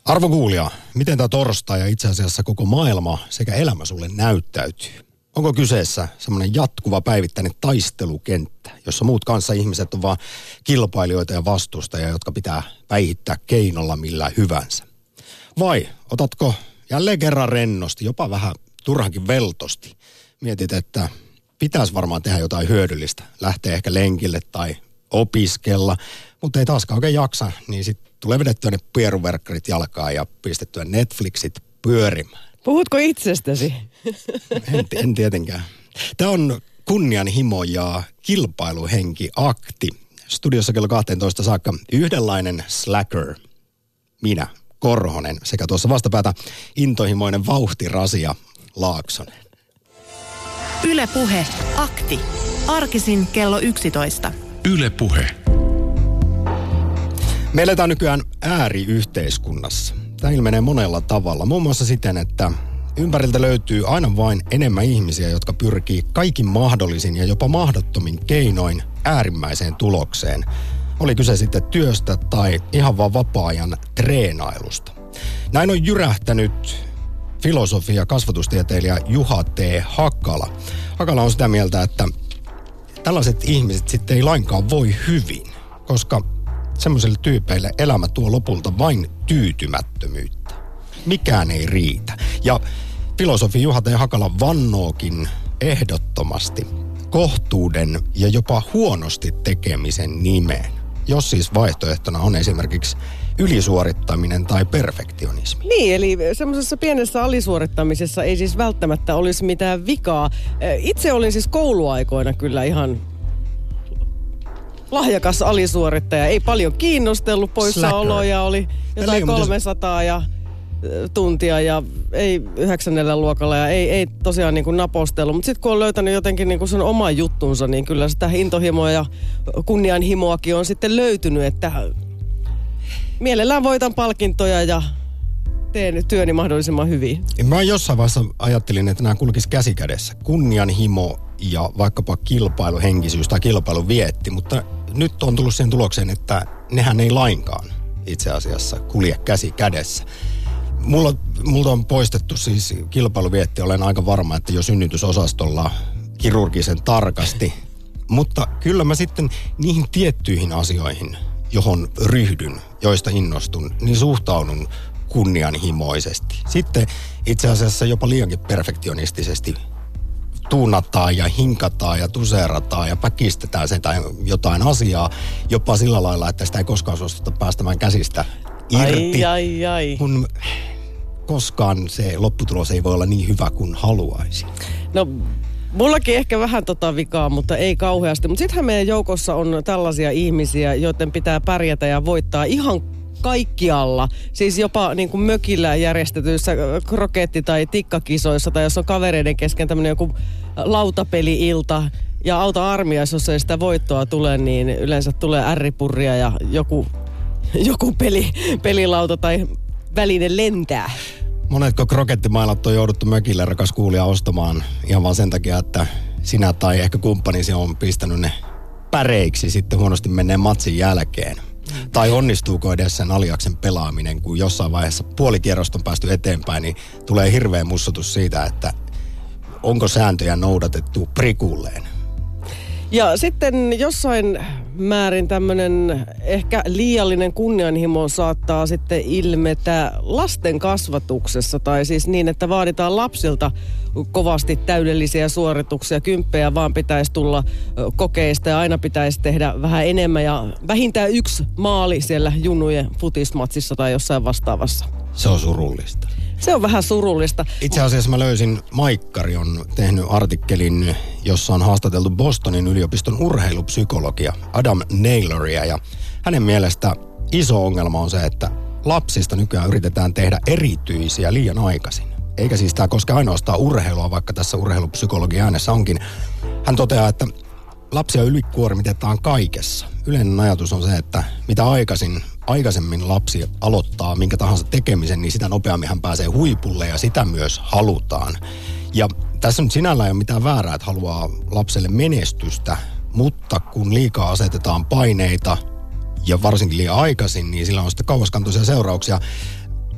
Arvon kuulija, miten tämä torstai ja itse asiassa koko maailma sekä elämä sulle näyttäytyy? Onko kyseessä semmoinen jatkuva päivittäinen taistelukenttä, jossa muut kanssaihmiset on vaan kilpailijoita ja vastustajia, jotka pitää päihittää keinolla millä hyvänsä? Vai otatko jälleen kerran rennosti, jopa vähän turhankin veltosti? Mietit, että pitäisi varmaan tehdä jotain hyödyllistä, lähteä ehkä lenkille tai opiskella, mutta ei taaskaan oikein jaksa, niin sitten tulee vedettyä ne pieruverkkarit jalkaan ja pistettyä Netflixit pyörimään. Puhutko itsestäsi? En tietenkään. Tämä on kunnianhimo ja kilpailuhenki-akti. Studiossa kello 12 saakka yhdenlainen slacker, minä, Korhonen, sekä tuossa vastapäätä intohimoinen vauhtirasia Laaksonen. Yle Puhe, akti. Arkisin kello 11. Yle Puhe. Me eletään nykyään ääriyhteiskunnassa. Tämä ilmenee monella tavalla. Muun muassa siten, että ympäriltä löytyy aina vain enemmän ihmisiä, jotka pyrkii kaikin mahdollisin ja jopa mahdottomin keinoin äärimmäiseen tulokseen. Oli kyse sitten työstä tai ihan vaan vapaa-ajan treenailusta. Näin on jyrähtänyt filosofi- ja kasvatustieteilijä Juha T. Hakala. Hakala on sitä mieltä, että tällaiset ihmiset sitten ei lainkaan voi hyvin, koska semmoisille tyypeille elämä tuo lopulta vain tyytymättömyyttä. Mikään ei riitä. Ja filosofi Juha T. Hakala vannookin ehdottomasti kohtuuden ja jopa huonosti tekemisen nimeen, jos siis vaihtoehtona on esimerkiksi ylisuorittaminen tai perfektionismi. Niin, eli semmoisessa pienessä alisuorittamisessa ei siis välttämättä olisi mitään vikaa. Itse olin siis kouluaikoina kyllä ihan lahjakas alisuorittaja. Ei paljon kiinnostellut, poissaoloja oli jotain 300 ja tuntia ja ei 9. luokalla ja ei tosiaan niin kuin napostellut. Mutta sitten kun on löytänyt jotenkin niin kuin sen oman juttunsa, niin kyllä sitä intohimoa ja kunnianhimoakin on sitten löytynyt, että mielellään voitan palkintoja ja teen työni mahdollisimman hyvin. Mä jossain vaiheessa ajattelin, että nämä kulkisi käsi kädessä. Kunnianhimo ja vaikkapa kilpailuhenkisyys tai kilpailuvietti, mutta nyt on tullut siihen tulokseen, että nehän ei lainkaan itse asiassa kulje käsi kädessä. Multa on poistettu siis kilpailuvietti, olen aika varma, että jo synnytysosastolla kirurgisen tarkasti. Mutta kyllä mä sitten niihin tiettyihin asioihin, johon ryhdyn, joista innostun, niin suhtaudun kunnianhimoisesti. Sitten itse asiassa jopa liiankin perfektionistisesti tuunataan ja hinkataan ja tuseerataan ja päkistetään sen tai jotain asiaa jopa sillä lailla, että sitä ei koskaan suostuta päästämään käsistä irti. Kun koskaan se lopputulos ei voi olla niin hyvä kuin haluaisi. No, mullakin ehkä vähän vikaa, mutta ei kauheasti. Mutta sittenhän meidän joukossa on tällaisia ihmisiä, joiden pitää pärjätä ja voittaa ihan kaikkialla. Siis jopa niin kuin mökillä järjestetyissä kroketti- tai tikkakisoissa, tai jos on kavereiden kesken tämmöinen joku lautapeli-ilta ja auta armias, jos ei sitä voittoa tule, niin yleensä tulee ärripurria ja joku pelilauta tai väline lentää. Monetko krokettimailat on jouduttu mökille, rakas kuulija, ostamaan ihan vaan sen takia, että sinä tai ehkä kumppanisi on pistänyt ne päreiksi sitten huonosti menneen matsin jälkeen. Tai onnistuuko edes sen aliaksen pelaaminen, kun jossain vaiheessa puolikierrosta on päästy eteenpäin, niin tulee hirveä mussutus siitä, että onko sääntöjä noudatettu prikulleen. Ja sitten jossain määrin tämmöinen ehkä liiallinen kunnianhimo saattaa sitten ilmetä lasten kasvatuksessa. Tai siis niin, että vaaditaan lapsilta kovasti täydellisiä suorituksia. 10 vaan pitäisi tulla kokeista ja aina pitäisi tehdä vähän enemmän. Ja vähintään 1 maali siellä junnujen futismatsissa tai jossain vastaavassa. Se on surullista. Se on vähän surullista. Itse asiassa mä löysin, Maikkari on tehnyt artikkelin, jossa on haastateltu Bostonin yliopiston urheilupsykologia Adam Nayloria. Ja hänen mielestä iso ongelma on se, että lapsista nykyään yritetään tehdä erityisiä liian aikaisin. Eikä siis tämä koske ainoastaan urheilua, vaikka tässä urheilupsykologian äänessä onkin. Hän toteaa, että lapsia ylikuormitetaan kaikessa. Yleinen ajatus on se, että mitä aikaisemmin lapsi aloittaa minkä tahansa tekemisen, niin sitä nopeammin hän pääsee huipulle ja sitä myös halutaan. Ja tässä nyt sinällään ei ole mitään väärää, että haluaa lapselle menestystä, mutta kun liikaa asetetaan paineita ja varsinkin liian aikaisin, niin sillä on sitten kauaskantoisia seurauksia.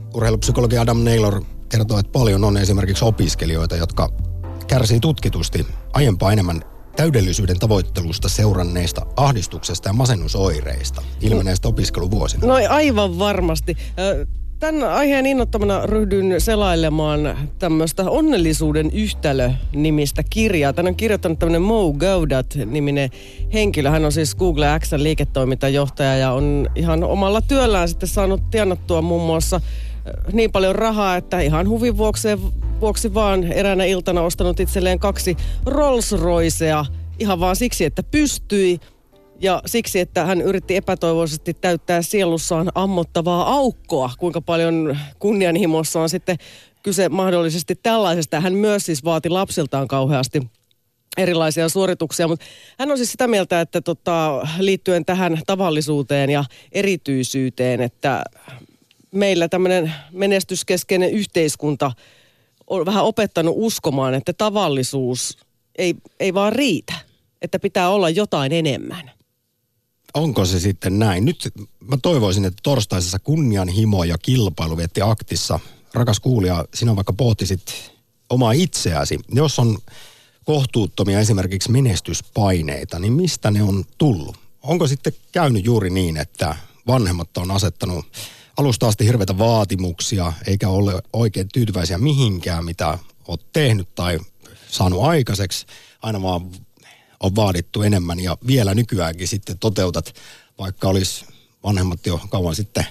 Urheilupsykologi Adam Naylor kertoo, että paljon on esimerkiksi opiskelijoita, jotka kärsii tutkitusti aiempaa enemmän täydellisyyden tavoittelusta seuranneista ahdistuksesta ja masennusoireista ilmeneistä opiskeluvuosina. No aivan varmasti. Tämän aiheen innoittamana ryhdyin selailemaan tämmöistä Onnellisuuden yhtälö-nimistä kirjaa. Tän on kirjoittanut tämmöinen Mo Gaudat-niminen henkilö. Hän on siis Google X:n liiketoimintajohtaja ja on ihan omalla työllään sitten saanut tienattua muun muassa niin paljon rahaa, että ihan huvin vuoksi vaan eräänä iltana ostanut itselleen 2 Rolls-Roycea ihan vaan siksi, että pystyi. Ja siksi, että hän yritti epätoivoisesti täyttää sielussaan ammottavaa aukkoa, kuinka paljon kunnianhimossa on sitten kyse mahdollisesti tällaisesta. Hän myös siis vaati lapsiltaan kauheasti erilaisia suorituksia, mutta hän on siis sitä mieltä, että liittyen tähän tavallisuuteen ja erityisyyteen, että meillä tämmöinen menestyskeskeinen yhteiskunta on vähän opettanut uskomaan, että tavallisuus ei vaan riitä, että pitää olla jotain enemmän. Onko se sitten näin? Nyt mä toivoisin, että torstaisessa kunnianhimo ja kilpailu vietti aktissa. Rakas kuulija, sinä vaikka pohtisit omaa itseäsi. Jos on kohtuuttomia esimerkiksi menestyspaineita, niin mistä ne on tullut? Onko sitten käynyt juuri niin, että vanhemmat on asettanut alusta asti hirveitä vaatimuksia, eikä ole oikein tyytyväisiä mihinkään, mitä olet tehnyt tai saanut aikaiseksi, aina vaan on vaadittu enemmän ja vielä nykyäänkin sitten toteutat, vaikka olisi vanhemmat jo kauan sitten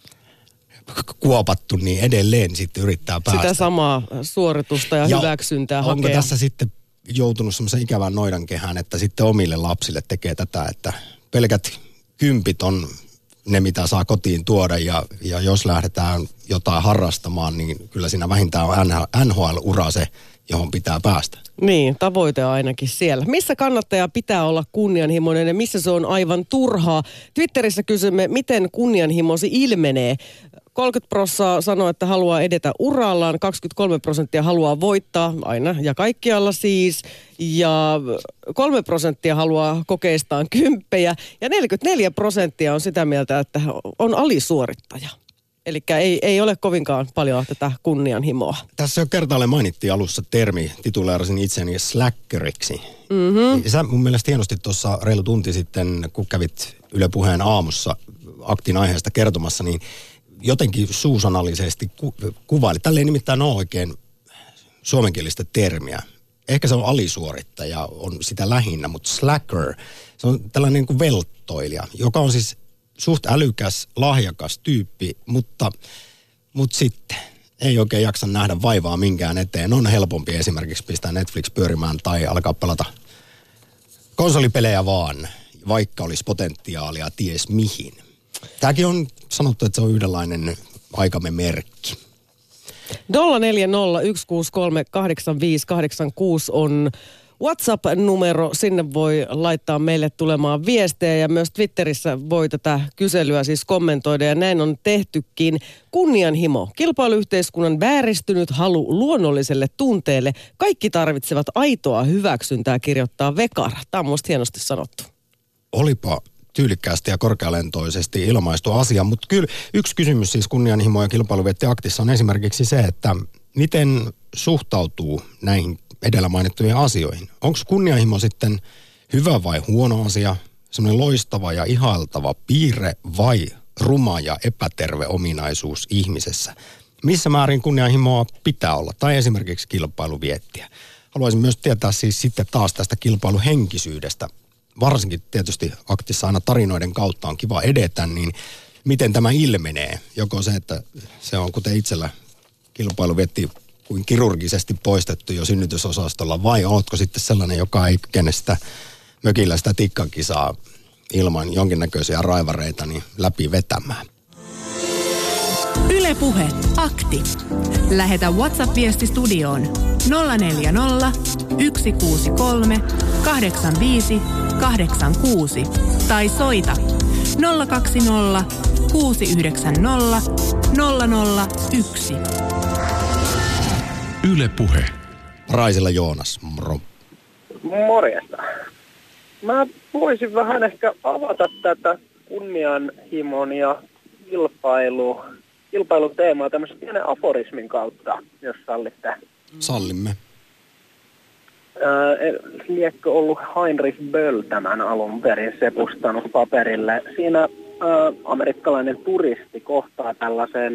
kuopattu, niin edelleen sitten yrittää päästä. Sitä samaa suoritusta ja hyväksyntää hakea. Onko tässä sitten joutunut semmoisen ikävään noidankehään, että sitten omille lapsille tekee tätä, että pelkät kympit on ne, mitä saa kotiin tuoda ja jos lähdetään jotain harrastamaan, niin kyllä siinä vähintään on NHL-ura se, johon pitää päästä. Niin, tavoite ainakin siellä. Missä kannattaja pitää olla kunnianhimoinen ja missä se on aivan turhaa? Twitterissä kysymme, miten kunnianhimosi ilmenee. 30% sanoo, että haluaa edetä urallaan, 23% haluaa voittaa aina ja kaikkialla siis, ja 3% haluaa kokeistaan kymppejä, ja 44% on sitä mieltä, että on alisuorittaja. Eli ei ole kovinkaan paljon tätä kunnianhimoa. Tässä jo kertaalleen mainittiin alussa termi, tituleerasin itseni slackeriksi. Mm-hmm. Sä mun mielestä hienosti tuossa reilu tunti sitten, kun kävit Yle Puheen aamussa aktin aiheesta kertomassa, niin jotenkin suusanallisesti kuvaili. Tällä ei nimittäin ole oikein suomenkielistä termiä. Ehkä se on alisuorittaja, on sitä lähinnä, mutta slacker, se on tällainen niin kuin velttoilija, joka on siis suht älykäs, lahjakas tyyppi, mutta sitten ei oikein jaksa nähdä vaivaa minkään eteen. On helpompi esimerkiksi pistää Netflix pyörimään tai alkaa pelata konsolipelejä vaan, vaikka olisi potentiaalia ties mihin. Tämäkin on sanottu, että se on yhdenlainen aikamme merkki. 04016385886 on WhatsApp-numero. Sinne voi laittaa meille tulemaan viestejä ja myös Twitterissä voi tätä kyselyä siis kommentoida ja näin on tehtykin. Kunnianhimo, kilpailuyhteiskunnan vääristynyt halu luonnolliselle tunteelle. Kaikki tarvitsevat aitoa hyväksyntää, kirjoittaa Vekara. Tämä on musta hienosti sanottu. Olipa tyylikkäästi ja korkealentoisesti ilmaistu asia, mutta kyllä yksi kysymys siis kunnianhimo- ja kilpailuvietti aktissa on esimerkiksi se, että miten suhtautuu näihin edellä mainittuihin asioihin. Onko kunnianhimo sitten hyvä vai huono asia, semmoinen loistava ja ihailtava piirre vai ruma ja epäterve ominaisuus ihmisessä? Missä määrin kunnianhimoa pitää olla tai esimerkiksi kilpailuviettiä? Haluaisin myös tietää siis sitten taas tästä kilpailuhenkisyydestä. Varsinkin tietysti aktissa aina tarinoiden kautta on kiva edetä, niin miten tämä ilmenee? Joko se, että se on kuten itsellä kilpailuvietti kuin kirurgisesti poistettu jo synnytysosastolla, vai oletko sitten sellainen, joka ei kykene sitä mökillä sitä tikkakisaa ilman jonkinnäköisiä raivareita niin läpi vetämään? Yle Puhe, akti. Lähetä WhatsApp-viesti studioon 040 163 85 86 tai soita 020 690 001. Yle Puhe. Raisilla Joonas, moro. Morjesta. Mä voisin vähän ehkä avata tätä kunnianhimon ja kilpailun teemaa tämmöisen pienen aforismin kautta, jos sallitte. Sallimme. Liekö ollut Heinrich Böll tämän alun perin sepustanut paperille? Siinä amerikkalainen turisti kohtaa tällaisen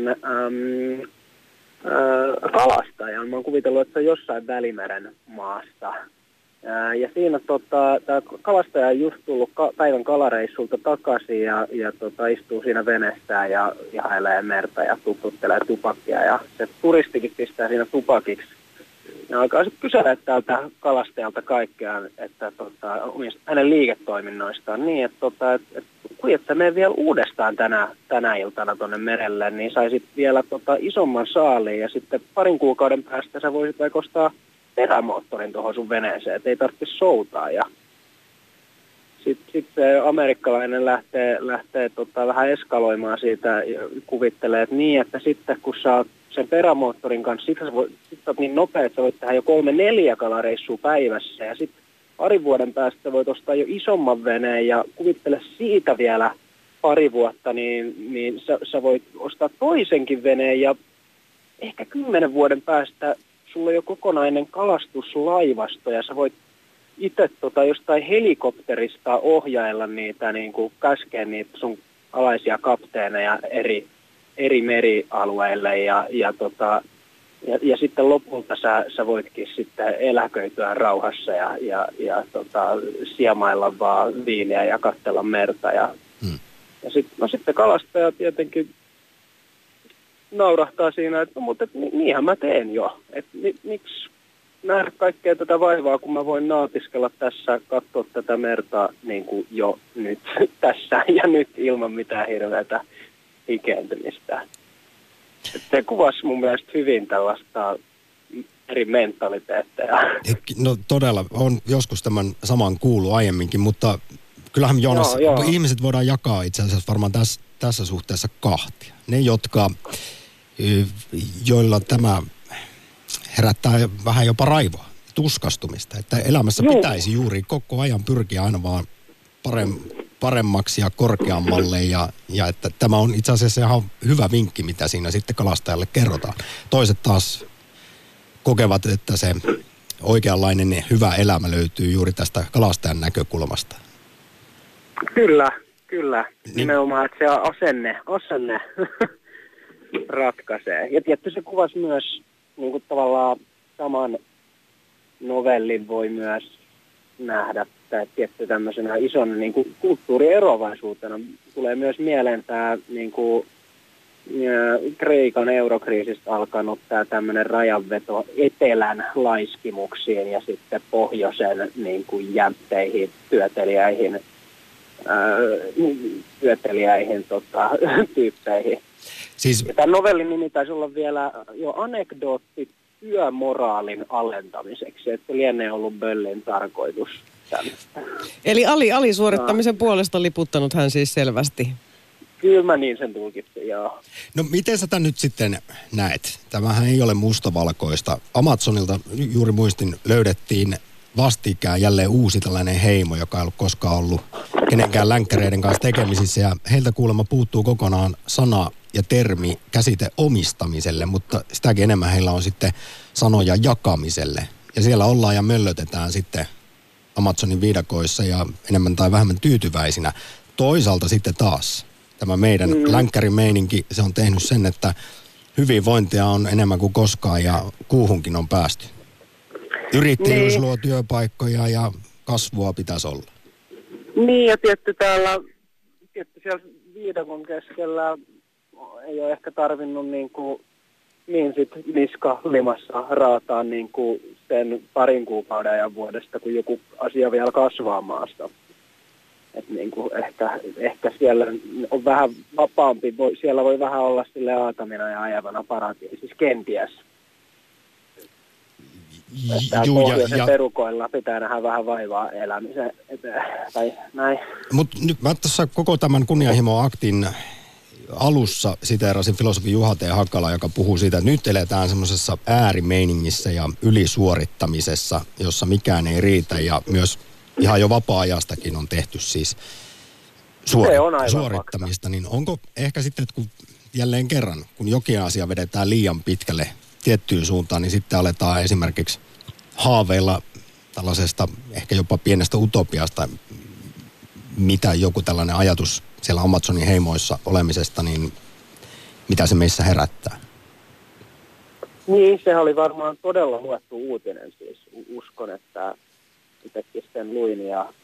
kalastajan. Mä oon kuvitellut, että se on jossain Välimeren maasta. Ja siinä tämä kalastaja on just tullut päivän kalareissulta takaisin ja istuu siinä veneestään ja ihailee merta ja tuputtelee tupakkia. Ja se turistikin pistää siinä tupakiksi. Ja alkaa sitten kysellä tältä kalastajalta kaikkea, että hänen liiketoiminnoistaan niin, että kun et sä mene vielä uudestaan tänä iltana tuonne merelle, niin saisit vielä isomman saaliin ja sitten parin kuukauden päästä sä voisit vaikka ostaa perämoottorin tuohon sun veneeseen, että ei tarvitse soutaa. Ja sitten se amerikkalainen lähtee vähän eskaloimaan siitä ja kuvittelee, että niin, että sitten kun sä oot sen perämoottorin kanssa, sit sä oot niin nopea, että sä voit tehdä jo 3-4 kalareissua päivässä ja sitten parin vuoden päästä voit ostaa jo isomman veneen ja kuvittele siitä vielä pari vuotta, niin sä voit ostaa toisenkin veneen ja ehkä 10 vuoden päästä sulla on jo kokonainen kalastuslaivasto ja sä voit itse jostain helikopterista ohjailla niitä, niin kuin käskee niitä sun alaisia kapteeneja eri merialueille ja sitten lopulta sä voitkin sitten eläköityä rauhassa ja siemailla vaan viiniä ja katsella merta ja sitten kalastaja tietenkin naurahtaa siinä, että mutta niinhän mä teen jo. Että miksi nähdä kaikkea tätä vaivaa, kun mä voin nautiskella tässä, katsoa tätä merta niin kuin jo nyt tässä ja nyt ilman mitään hirveätä ikääntymistä. Se kuvasi mun mielestä hyvin tällaista eri mentaliteetteja. No todella, on joskus tämän saman kuullut aiemminkin, mutta kyllähän Joonas, ihmiset voidaan jakaa itse asiassa varmaan tässä suhteessa kahtia. Ne, joilla tämä herättää vähän jopa raivoa, tuskastumista, että elämässä pitäisi juuri koko ajan pyrkiä aina vaan paremmaksi ja korkeammalle ja että tämä on itse asiassa ihan hyvä vinkki, mitä siinä sitten kalastajalle kerrotaan. Toiset taas kokevat, että se oikeanlainen hyvä elämä löytyy juuri tästä kalastajan näkökulmasta. Kyllä. Nimenomaan, että se asenne ratkaisee. Ja tietysti se kuvasi myös niin kuin tavallaan saman novellin voi myös nähdä tietty tämmöisenä ison niin kuin kulttuurieroavaisuutena. Tulee myös mieleen tämä niin kuin Kreikan eurokriisistä alkanut tämä tämmöinen rajanveto etelän laiskimuksiin ja sitten pohjoisen niin kuin jämtteihin, työtelijäihin tyyppeihin. Siis ja tämän novellin nimi taisi olla vielä jo anekdootti työmoraalin alentamiseksi, että lienee ollut Böllin tarkoitus tämmöistä. Eli alisuorittamisen puolesta liputtanut hän siis selvästi. Kyllä mä niin sen tulkitsin, joo. No miten sä tämän nyt sitten näet? Tämähän ei ole mustavalkoista. Amazonilta juuri muistin löydettiin vastikään jälleen uusi tällainen heimo, joka ei ollut koskaan ollut kenenkään länkkäreiden kanssa tekemisissä. Ja heiltä kuulemma puuttuu kokonaan sana ja termi käsite omistamiselle, mutta sitäkin enemmän heillä on sitten sanoja jakamiselle. Ja siellä ollaan ja möllötetään sitten Amazonin viidakoissa ja enemmän tai vähemmän tyytyväisinä. Toisaalta sitten taas tämä meidän länkkärimeininki, se on tehnyt sen, että hyvinvointia on enemmän kuin koskaan ja kuuhunkin on päästy. Yrittäjyys luo työpaikkoja ja kasvua pitäisi olla. Niin ja tietty siellä viidakon keskellä ei ole ehkä tarvinnut niin sit niska limassa raataa niin kuin sen parin kuukauden ajan vuodesta, kun joku asia vielä kasvaa maasta. Että niin kuin ehkä siellä on vähän vapaampi, siellä voi vähän olla sille aatamina ja ajavana paratiisissa kenties. Pohjoisen perukoilla pitää nähdä vähän vaivaa elämisen tai näin. Mutta nyt mä tässä koko tämän kunnianhimo-aktin alussa siteerasin filosofi Juha T. Hakala, joka puhuu siitä, että nyt eletään semmoisessa äärimeiningissä ja ylisuorittamisessa, jossa mikään ei riitä ja myös ihan jo vapaa-ajastakin on tehty siis suorittamista. Niin onko ehkä sitten, että kun jälleen kerran, kun jokin asia vedetään liian pitkälle tiettyyn suuntaan, niin sitten aletaan esimerkiksi haaveilla tällaisesta ehkä jopa pienestä utopiasta, mitä joku tällainen ajatus siellä Amazonin heimoissa olemisesta, niin mitä se meissä herättää? Niin, sehän oli varmaan todella luettu uutinen siis. Uskon, että itsekin sen luin ja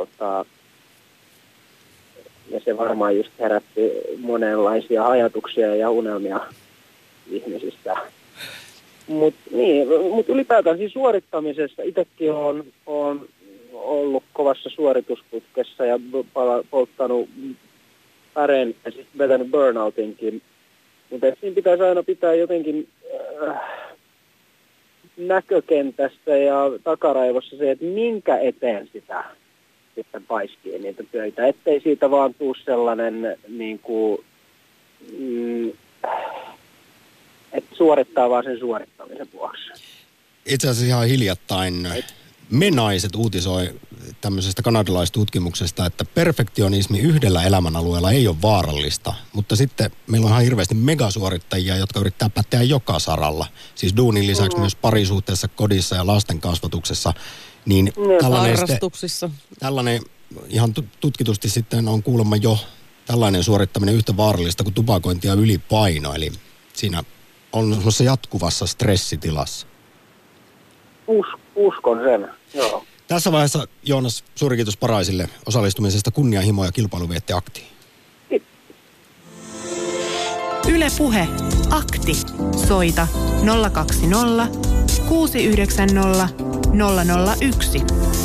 se varmaan just herätti monenlaisia ajatuksia ja unelmia ihmisistä. Mutta ylipäätään siis suorittamisessa itsekin on ollut kovassa suoritusputkessa ja polttanut päreen ja siis vetänyt burnoutinkin. Mutta siinä pitäisi aina pitää jotenkin näkökentästä ja takaraivossa se, että minkä eteen sitä sitten paiskii niitä töitä. Ettei siitä vaan tule sellainen, niin kuin, että suorittaa vaan sen suorittamisen vuoksi. Itse asiassa ihan hiljattain Me Naiset uutisoi tämmöisestä kanadalaistutkimuksesta, että perfektionismi yhdellä elämänalueella ei ole vaarallista, mutta sitten meillä on ihan hirveästi megasuorittajia, jotka yrittää päteä joka saralla. Siis duunin lisäksi myös parisuhteessa, kodissa ja lasten kasvatuksessa. Niin tällainen ihan tutkitusti sitten on kuulemma jo tällainen suorittaminen yhtä vaarallista kuin tupakointi ja ylipaino. Eli siinä on semmoisessa jatkuvassa stressitilassa. Uskon sen, joo. Tässä vaiheessa, Joonas, suuri kiitos Paraisille osallistumisesta kunnianhimo- ja kilpailuvietti-aktiin. Yle Puhe. Akti. Soita 020 690 001.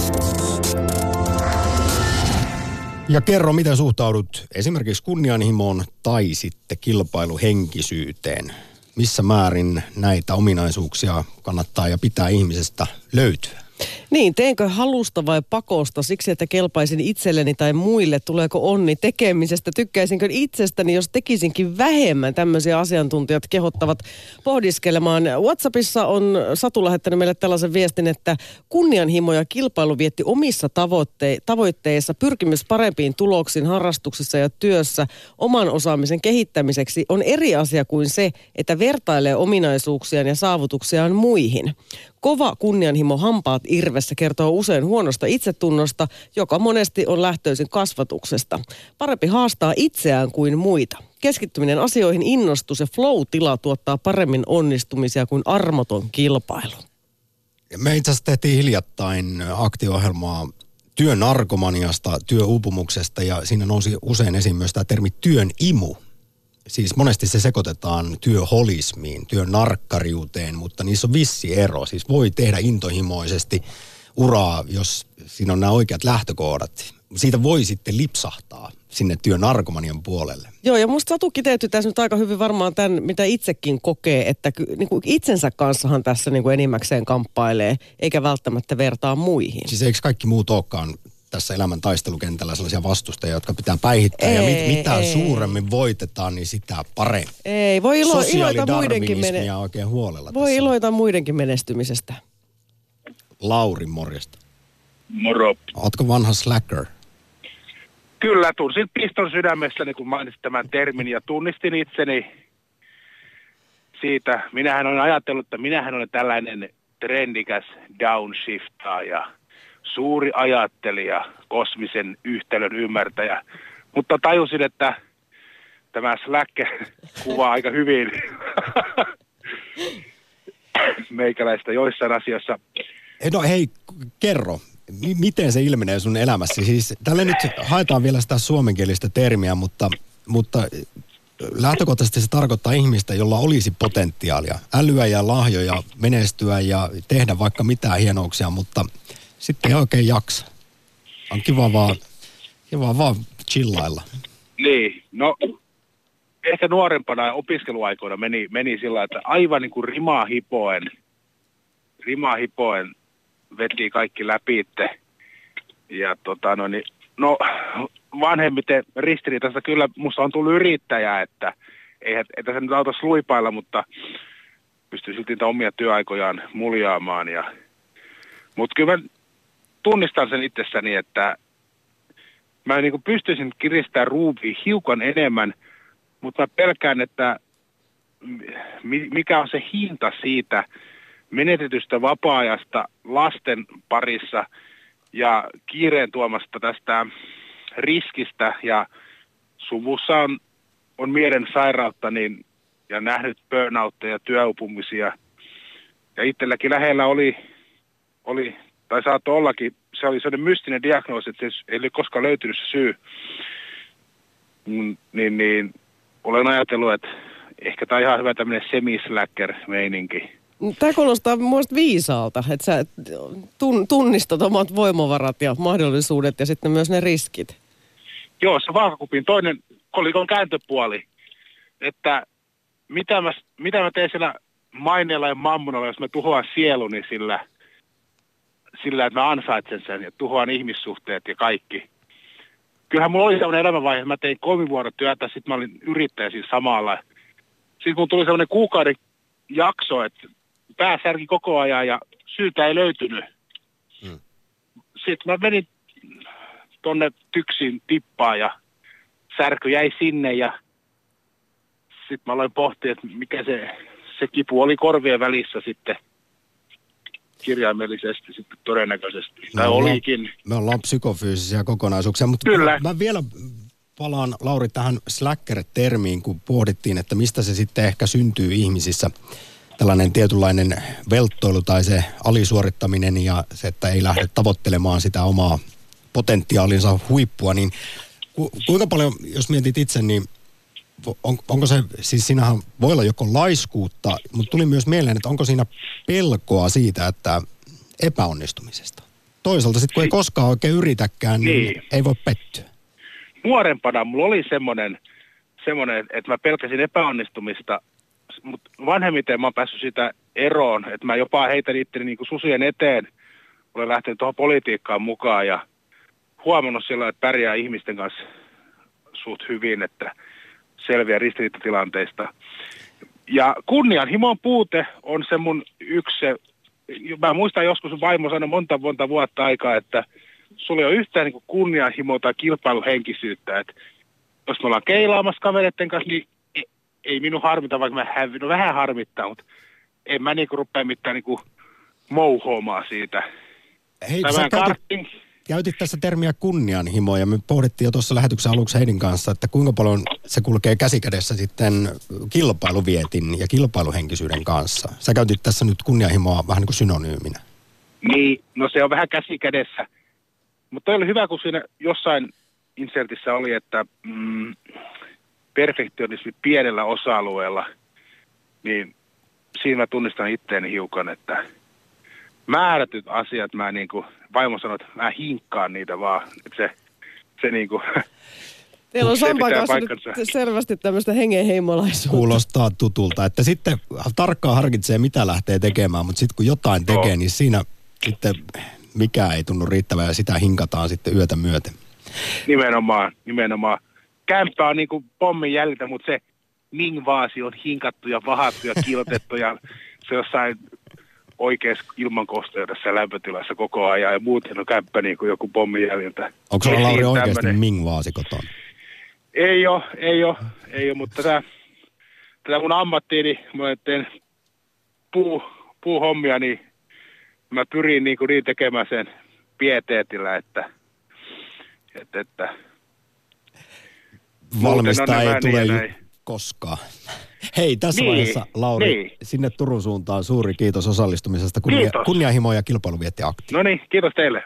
Ja kerro, miten suhtaudut esimerkiksi kunnianhimoon tai sitten kilpailuhenkisyyteen. Missä määrin näitä ominaisuuksia kannattaa ja pitää ihmisestä löytyä? Niin, teenkö halusta vai pakosta siksi, että kelpaisin itselleni tai muille? Tuleeko onni tekemisestä? Tykkäisinkö itsestäni, jos tekisinkin vähemmän? Tämmöisiä asiantuntijat kehottavat pohdiskelemaan. WhatsAppissa on Satu lähettänyt meille tällaisen viestin, että kunnianhimo ja kilpailu vietti omissa tavoitteissa pyrkimys parempiin tuloksiin harrastuksissa ja työssä oman osaamisen kehittämiseksi on eri asia kuin se, että vertailee ominaisuuksiaan ja saavutuksiaan muihin. Kova kunnianhimo hampaat irvessä kertoo usein huonosta itsetunnosta, joka monesti on lähtöisin kasvatuksesta. Parempi haastaa itseään kuin muita. Keskittyminen asioihin, innostus ja flow-tila tuottaa paremmin onnistumisia kuin armoton kilpailu. Me itse asiassa tehtiin hiljattain aktio-ohjelmaa työnarkomaniasta, työuupumuksesta ja siinä nousi usein esiin myös tämä termi työn imu. Siis monesti se sekoitetaan työholismiin, työnarkkariuteen, mutta niissä on vissi ero. Siis voi tehdä intohimoisesti uraa, jos siinä on nämä oikeat lähtökohdat. Siitä voi sitten lipsahtaa sinne työnarkomanian puolelle. Joo, ja musta Satu kiteytyy tässä nyt aika hyvin varmaan tämän, mitä itsekin kokee, että niin kuin itsensä kanssahan tässä niin kuin enimmäkseen kamppailee, eikä välttämättä vertaa muihin. Siis eikö kaikki muut olekaan tässä elämän taistelukentällä sellaisia vastustajia, jotka pitää päihittää ja mitä suuremmin voitetaan, niin sitä paremmin. Ei, voi iloita muidenkin oikein huolella. Voi tässä iloita muidenkin menestymisestä. Lauri, morjesta. Moro. Ootko vanha slacker? Kyllä, tunsin piston sydämestäni, kun mainitsin tämän termin ja tunnistin itseni siitä. Minähän olen ajatellut, että minähän olen tällainen trendikäs downshiftaaja, suuri ajattelija, kosmisen yhtälön ymmärtäjä, mutta tajusin, että tämä slacker kuvaa aika hyvin meikäläistä joissain asioissa. No hei, kerro, miten se ilmenee sun elämässä? Siis tälle nyt haetaan vielä sitä suomenkielistä termiä, mutta lähtökohtaisesti se tarkoittaa ihmistä, jolla olisi potentiaalia, älyä ja lahjoja, menestyä ja tehdä vaikka mitään hienouksia, mutta sitten ei oikein jaksa. On kiva vaan chillailla. Niin, no ehkä nuorempana opiskeluaikoina meni sillä, että aivan niin kuin rimaa hipoen veti kaikki läpi itse. Ja no vanhemmiten ristiriitaista kyllä musta on tullut yrittäjä, että ei tässä nyt auta sluipailla, mutta pystyy silti niitä omia työaikojaan muljaamaan. Mutta kyllä mä tunnistan sen itsessäni, että mä niin kuin pystyisin kiristämään ruuvia hiukan enemmän, mutta mä pelkään, että mikä on se hinta siitä menetetystä vapaa-ajasta lasten parissa ja kiireen tuomasta tästä riskistä ja suvussa on mielen sairautta niin, ja nähnyt burnoutteja ja työupumisia. Ja itselläkin lähellä oli tai saattoi ollakin, se oli sellainen mystinen diagnoosi, että se ei ole koskaan löytynyt se syy. Niin olen ajatellut, että ehkä tämä on ihan hyvä tämmöinen semi-slacker-meininki. Tämä kuulostaa minusta viisaalta, että sä tunnistat omat voimavarat ja mahdollisuudet ja sitten myös ne riskit. Joo, se vaakakupin toinen kolikon kääntöpuoli, että mitä mä teen siellä maineella ja mammunalla, jos mä tuhoan sieluni sillä, että mä ansaitsen sen ja tuhoan ihmissuhteet ja kaikki. Kyllähän mulla oli sellainen elämänvaihe, että mä tein 3 vuorotyötä, sitten mä olin yrittäjä siis samalla. Sitten kun tuli sellainen kuukauden jakso, että pää särki koko ajan ja syytä ei löytynyt. Sitten mä menin tonne tyksiin tippaan ja särky jäi sinne ja sitten mä aloin pohtia, että mikä se kipu oli korvien välissä sitten kirjaimellisesti sitten todennäköisesti. Tai olikin. Me ollaan psykofyysisiä kokonaisuuksia, mutta kyllä. Mä vielä palaan, Lauri, tähän slacker-termiin, kun pohdittiin, että mistä se sitten ehkä syntyy ihmisissä. Tällainen tietynlainen velttoilu tai se alisuorittaminen ja se, että ei lähde tavoittelemaan sitä omaa potentiaalinsa huippua, niin kuinka paljon, jos mietit itse, niin onko se, siis siinähän voi olla joko laiskuutta, mutta tuli myös mieleen, että onko siinä pelkoa siitä, että epäonnistumisesta. Toisaalta sitten kun ei koskaan oikein yritäkään, niin ei voi pettyä. Nuorempana mulla oli semmoinen, että mä pelkäsin epäonnistumista, mutta vanhemmiten mä oon päässyt sitä eroon, että mä jopa heitän itteni niin kuin susien eteen. Olen lähtenyt tuohon politiikkaan mukaan ja huomannut sillä, että pärjää ihmisten kanssa suht hyvin, että selviä ristiriitatilanteista. Ja kunnianhimon puute on se mun mä muistan joskus vaimo sanoi monta vuotta aikaa, että sulla ei ole yhtään niin kunnianhimoa tai kilpailuhenkisyyttä, että jos me ollaan keilaamassa kavereiden kanssa, niin ei minun harmita, vaikka mä hävin, vähän harmittaa, mutta en mä niinku rupea mitään niinku mouhoamaan siitä. Hei, sä käytit tässä termiä kunnianhimo, ja me pohdittiin jo tuossa lähetyksen aluksi Heidin kanssa, että kuinka paljon se kulkee käsikädessä sitten kilpailuvietin ja kilpailuhenkisyyden kanssa. Sä käytit tässä nyt kunnianhimoa vähän niin kuin synonyyminä. Niin, no se on vähän käsikädessä. Mutta toi oli hyvä, kun siinä jossain insertissä oli, että perfektionismi pienellä osa-alueella, niin siinä mä tunnistan itteeni hiukan, että määrätyt asiat mä niinku, vaimo sanoi, että mä hinkkaan niitä vaan, että se niinku... Teillä on Sampan kanssa nyt selvästi tämmöistä hengenheimolaisuutta. Kuulostaa tutulta, että sitten tarkkaan harkitsee mitä lähtee tekemään, mutta sitten kun jotain tekee, niin siinä sitten mikään ei tunnu riittävää ja sitä hinkataan sitten yötä myöten. Nimenomaan. Kämppä on niinku pommin jäljiltä, mutta se Ming-vaasi on hinkattu ja vahattu ja kiilotettu ja se jossain oikeassa ilmankosteudessa ja lämpötilassa koko ajan ja muuten on kämppä niinku joku pommin jäljiltä. Onko sulla, Lauri, oikeasti Ming-vaasi kotona? Ei ole, mutta tätä mun ammattiini, mä teen puuhommia, niin mä pyrin niin tekemään sen pieteetillä, että valmista ei tule koskaan. Hei, tässä vaiheessa, Lauri, sinne Turun suuntaan suuri kiitos osallistumisesta. Kunnianhimo ja kilpailuvietti Akti. No niin, kiitos teille.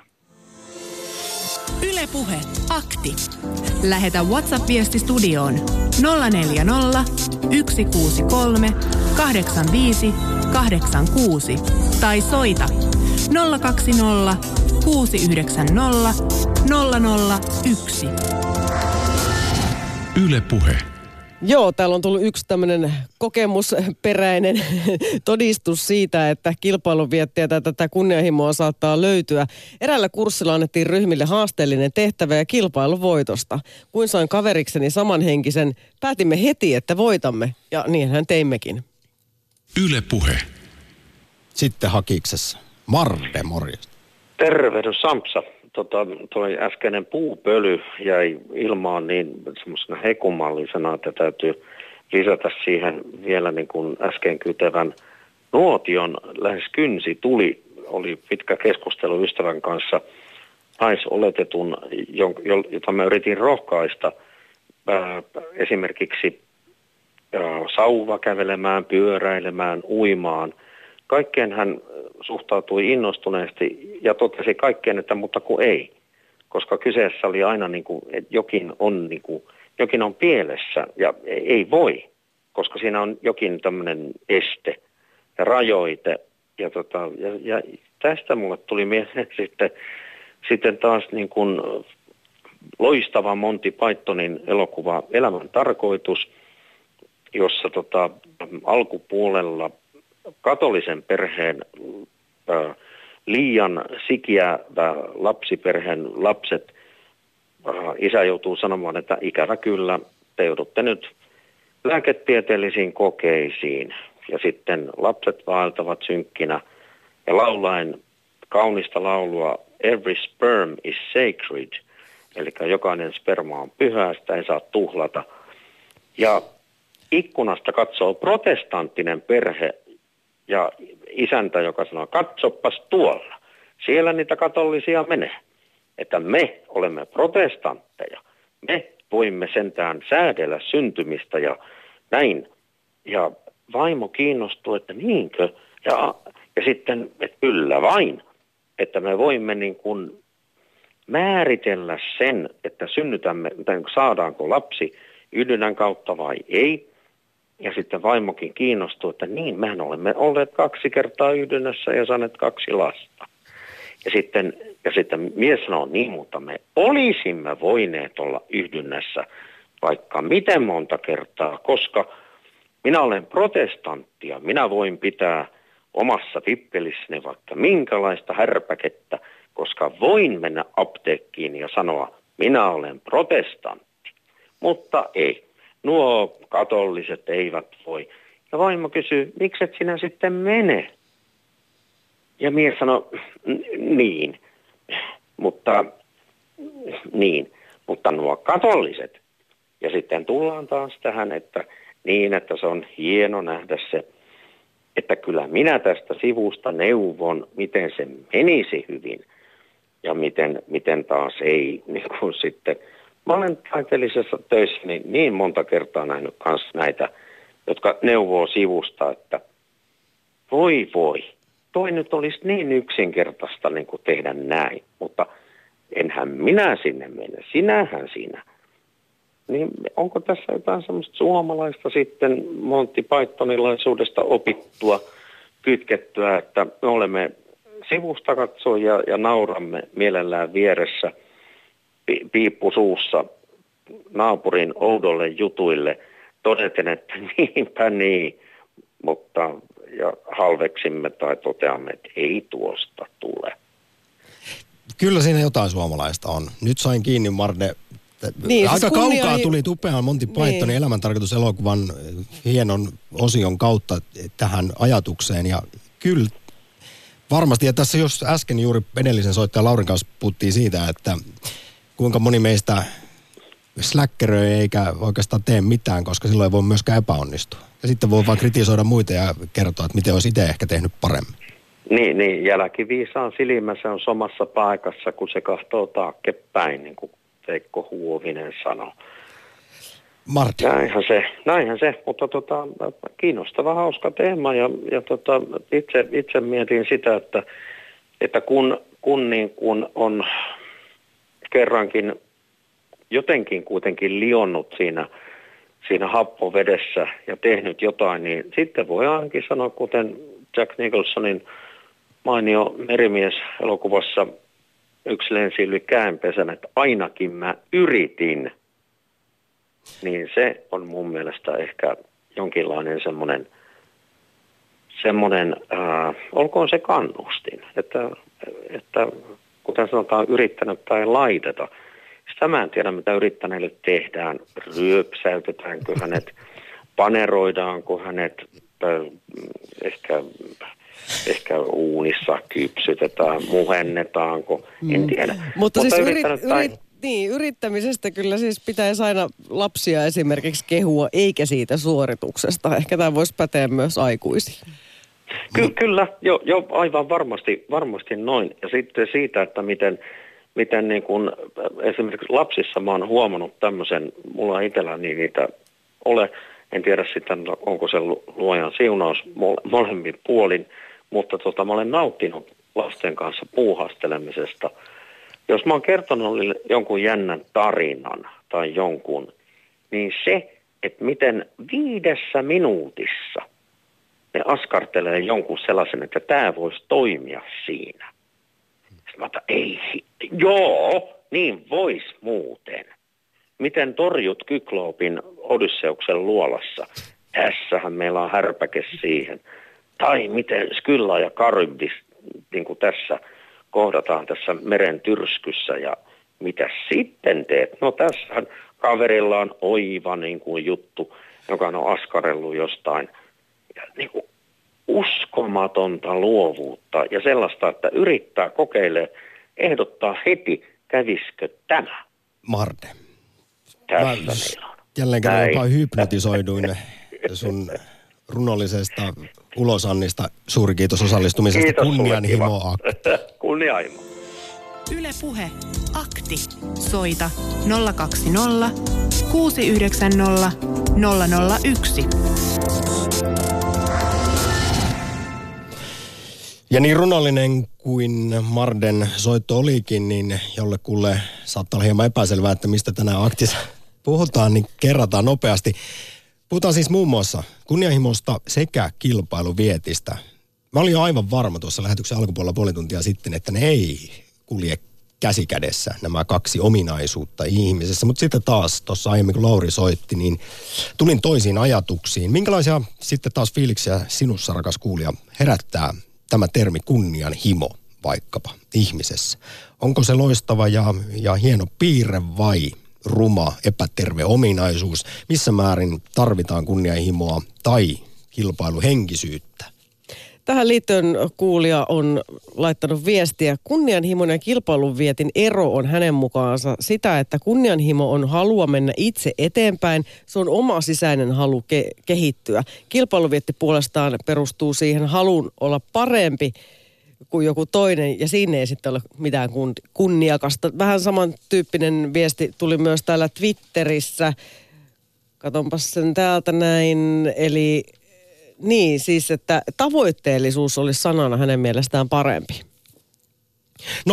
Yle Puhe, Akti. Lähetä WhatsApp-viesti studioon 040 163 85 86 tai soita 020 690 001. Yle Puhe. Joo, täällä on tullut yksi tämmöinen kokemusperäinen todistus siitä, että kilpailuviettiä tai tätä kunnianhimoa saattaa löytyä. Eräällä kurssilla annettiin ryhmille haasteellinen tehtävä ja kilpailuvoitosta. Kun sain kaverikseni samanhenkisen, päätimme heti, että voitamme, ja niinhän teimmekin. Yle Puhe. Sitten Hakiksessa. Marde, morjesta. Tervehdys Sampsa. toi äskeinen puupöly jäi ilmaan niin semmoisena hekumallisena, että täytyy lisätä siihen vielä niin kuin äsken kytevän nuotion lähes kynsi tuli. Oli pitkä keskustelu ystävän kanssa naisoletetun, jota mä yritin rohkaista esimerkiksi sauva kävelemään, pyöräilemään, uimaan. Kaikkeen hän suhtautui innostuneesti ja totesi kaikkeen, että mutta kun ei. Koska kyseessä oli aina niin kuin, että jokin on pielessä ja ei voi, koska siinä on jokin tämmöinen este ja rajoite. Ja tästä mulle tuli mieleen sitten taas niin kuin loistava Monty Pythonin elokuva Elämän tarkoitus, jossa alkupuolella katolisen perheen liian sikiä lapsiperheen lapset, isä joutuu sanomaan, että ikävä kyllä, te joudutte nyt lääketieteellisiin kokeisiin. Ja sitten lapset vaeltavat synkkinä ja laulaen kaunista laulua Every sperm is sacred, eli jokainen sperma on pyhä, sitä ei saa tuhlata. Ja ikkunasta katsoo protestanttinen perhe ja isäntä, joka sanoo, katsopas tuolla, siellä niitä katolisia menee. Että me olemme protestantteja, me voimme sentään säädellä syntymistä ja näin. Ja vaimo kiinnostuu, että niinkö? Ja sitten, että kyllä vain, että me voimme niin kuin määritellä sen, että synnytämme, saadaanko lapsi yhdynnän kautta vai ei. Ja sitten vaimokin kiinnostuu, että niin, mehän olemme olleet 2 kertaa yhdynnässä ja saaneet 2 lasta. Ja sitten mies sanoo, niin, mutta me olisimme voineet olla yhdynnässä vaikka miten monta kertaa, koska minä olen protestantti ja minä voin pitää omassa pippelissäni vaikka minkälaista härpäkettä, koska voin mennä apteekkiin ja sanoa, minä olen protestantti, mutta ei. Nuo katolliset eivät voi. Ja vaimo kysyy, miksi et sinä sitten mene? Ja mies sanoo, mutta nuo katolliset. Ja sitten tullaan taas tähän, että se on hieno nähdä se, että kyllä minä tästä sivusta neuvon, miten se menisi hyvin ja miten taas ei, niin kuin sitten. Mä olen taiteellisessa töissä niin monta kertaa nähnyt myös näitä, jotka neuvoo sivusta, että voi, toi nyt olisi niin yksinkertaista niin kuin tehdä näin, mutta enhän minä sinne mene, sinähän sinä. Niin onko tässä jotain semmoista suomalaista sitten Monty Pythonilaisuudesta opittua, kytkettyä, että me olemme sivusta katsoja ja nauramme mielellään vieressä piippu suussa naapurin oudolle jutuille, todeten, että niinpä niin, mutta ja halveksimme tai toteamme, että ei tuosta tule. Kyllä siinä jotain suomalaista on. Nyt sain kiinni, Marne. Niin, aika kaukaa tuli upean Monty Pythonin elämäntarkoituselokuvan hienon osion kautta tähän ajatukseen. Ja kyllä varmasti, ja tässä jos äsken juuri edellisen soittajan Laurin kanssa puhuttiin siitä, että kuinka moni meistä släkkeröi eikä oikeastaan tee mitään, koska silloin ei voi myöskään epäonnistua. Ja sitten voi vaan kritisoida muita ja kertoa, että miten olisi itse ehkä tehnyt paremmin. Niin, jälkiviisaan silmä se on somassa paikassa, kun se kahtoo taaksepäin, niin kuin Veikko Huovinen sanoi. Martti. Näinhän se, mutta kiinnostava, hauska teema ja itse mietin sitä, että kun niin kun on kerrankin jotenkin kuitenkin lionnut siinä happovedessä ja tehnyt jotain, niin sitten voi ainakin sanoa, kuten Jack Nicholsonin mainio merimies-elokuvassa Yksi lensi yli käenpesän, että ainakin mä yritin. Niin se on mun mielestä ehkä jonkinlainen semmoinen olkoon se kannustin, että kuten sanotaan, yrittänyt tai laiteta. Sitä mä en tiedä, mitä yrittäneille tehdään. Ryöpsäytetäänkö hänet, paneroidaanko hänet, ehkä ehkä uunissa kypsytetään, muhennetaanko, en tiedä. Mutta siis yrittämisestä kyllä siis pitäisi aina lapsia esimerkiksi kehua, eikä siitä suorituksesta. Ehkä tämä voisi päteä myös aikuisiin. Kyllä, jo aivan varmasti noin. Ja sitten siitä, että miten niin kuin esimerkiksi lapsissa mä oon huomannut tämmöisen, mulla itselläni niitä ole, en tiedä sitten onko se luojan siunaus molemmin puolin, mutta mä olen nauttinut lasten kanssa puuhastelemisesta. Jos mä oon kertonut jonkun jännän tarinan tai jonkun, niin se, että miten 5 minuutissa ne askartelee jonkun sellaisen, että tämä voisi toimia siinä. Sitten mä otan, niin vois muuten. Miten torjut Kykloopin Odysseuksen luolassa? Tässähän meillä on härpäke siihen. Tai miten Skylla ja Charybdis, niin kuin tässä kohdataan tässä meren tyrskyssä ja mitä sitten teet? No tässähän kaverilla on oiva niin kuin juttu, joka on askarellut jostain. Ja niin kuin uskomatonta luovuutta ja sellaista, että yrittää kokeilee, ehdottaa heti, kävisikö tämä? Marde. Tässä meillä on. Jälleen kerran jopa hypnotisoiduin sun runollisesta ulosannista. Suuri kiitos osallistumisesta. Kiitos kunnianhimo akti. Kunnianhimo. Yle Puhe. Akti. Soita 020 690 001. Ja niin runollinen kuin Marden soitto olikin, niin jollekulle saattaa olla hieman epäselvää, että mistä tänään aktissa puhutaan, niin kerrataan nopeasti. Puhutaan siis muun muassa kunnianhimosta sekä kilpailuvietistä. Mä olin jo aivan varma tuossa lähetyksen alkupuolella puoli tuntia sitten, että ne ei kulje käsikädessä nämä 2 ominaisuutta ihmisessä. Mutta sitten taas tuossa aiemmin kun Lauri soitti, niin tulin toisiin ajatuksiin. Minkälaisia sitten taas fiiliksiä sinussa, rakas kuulija, herättää tämä termi kunnianhimo vaikkapa ihmisessä? Onko se loistava ja hieno piirre vai ruma, epäterve ominaisuus? Missä määrin tarvitaan kunnianhimoa tai kilpailuhenkisyyttä? Tähän liittyen kuulija on laittanut viestiä. Kunnianhimon ja kilpailuvietin ero on hänen mukaansa sitä, että kunnianhimo on halua mennä itse eteenpäin. Se on oma sisäinen halu kehittyä. Kilpailuvietti puolestaan perustuu siihen haluun olla parempi kuin joku toinen, ja siinä ei sitten ole mitään kunniakasta. Vähän samantyyppinen viesti tuli myös täällä Twitterissä. Katonpas sen täältä näin, eli niin, siis että tavoitteellisuus olisi sanana hänen mielestään parempi. 020690001.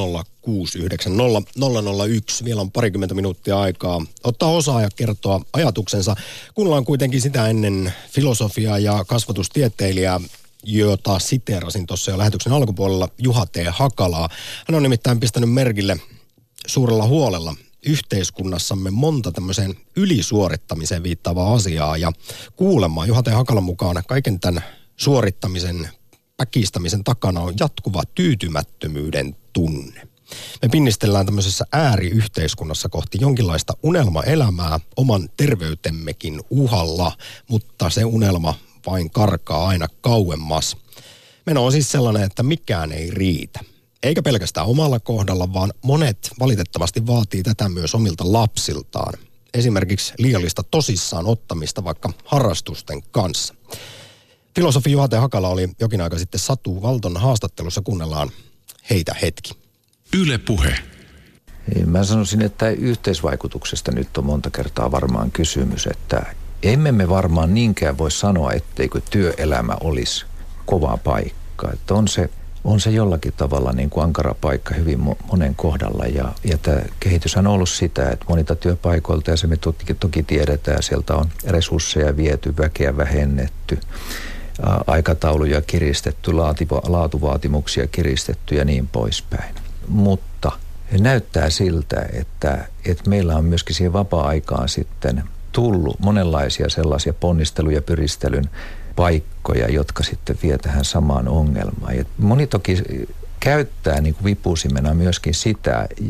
Vielä on parikymmentä minuuttia aikaa ottaa osaa ja kertoa ajatuksensa. Kuunnellaan kuitenkin sitä ennen filosofiaa ja kasvatustieteilijää, jota siteerasin tuossa jo lähetyksen alkupuolella, Juha T. Hakalaa. Hän on nimittäin pistänyt merkille suurella huolella yhteiskunnassamme monta tämmöiseen ylisuorittamiseen viittaavaa asiaa, ja kuulemma Juha T. Hakalan mukaan kaiken tämän suorittamisen, päkistämisen takana on jatkuva tyytymättömyyden tunne. Me pinnistellään tämmöisessä ääriyhteiskunnassa kohti jonkinlaista unelmaelämää oman terveytemmekin uhalla, mutta se unelma vain karkaa aina kauemmas. Meno on siis sellainen, että mikään ei riitä. Eikä pelkästään omalla kohdalla, vaan monet valitettavasti vaatii tätä myös omilta lapsiltaan. Esimerkiksi liiallista tosissaan ottamista vaikka harrastusten kanssa. Filosofi Juha T. Hakala oli jokin aika sitten Satu Valton haastattelussa. Kuunnellaan heitä hetki. Yle Puhe. Mä sanoisin, että yhteisvaikutuksesta nyt on monta kertaa varmaan kysymys, että emme me varmaan niinkään voi sanoa, etteikö työelämä olisi kova paikka. Että on se jollakin tavalla niin kuin ankara paikka hyvin monen kohdalla, ja tämä kehitys on ollut sitä, että monilta työpaikoilta, ja se me toki tiedetään, sieltä on resursseja viety, väkeä vähennetty, aikatauluja kiristetty, laatuvaatimuksia kiristetty ja niin poispäin. Mutta näyttää siltä, että meillä on myöskin siihen vapaa-aikaan sitten tullut monenlaisia sellaisia ponnistelun ja pyristelyn paikkoja, jotka sitten vie tähän samaan ongelmaan. Ja moni toki käyttää niin kuin vipusimena myöskin sitä,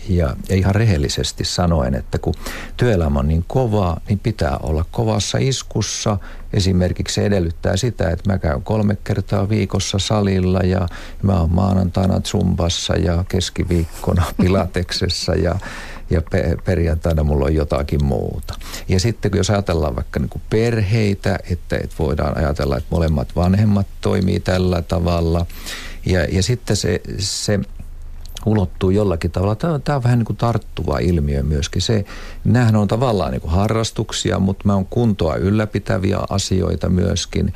ja ihan rehellisesti sanoen, että kun työelämä on niin kova, niin pitää olla kovassa iskussa. Esimerkiksi se edellyttää sitä, että mä käyn 3 kertaa viikossa salilla ja mä oon maanantaina zumbassa ja keskiviikkona pilateksessa ja perjantaina mulla on jotakin muuta. Ja sitten jos ajatellaan vaikka niin kuin perheitä, että voidaan ajatella, että molemmat vanhemmat toimii tällä tavalla ja sitten se ulottuu jollakin tavalla. Tämä on vähän niin kuin tarttuva ilmiö myöskin. Nämähän on tavallaan niin kuin harrastuksia, mutta on kuntoa ylläpitäviä asioita myöskin.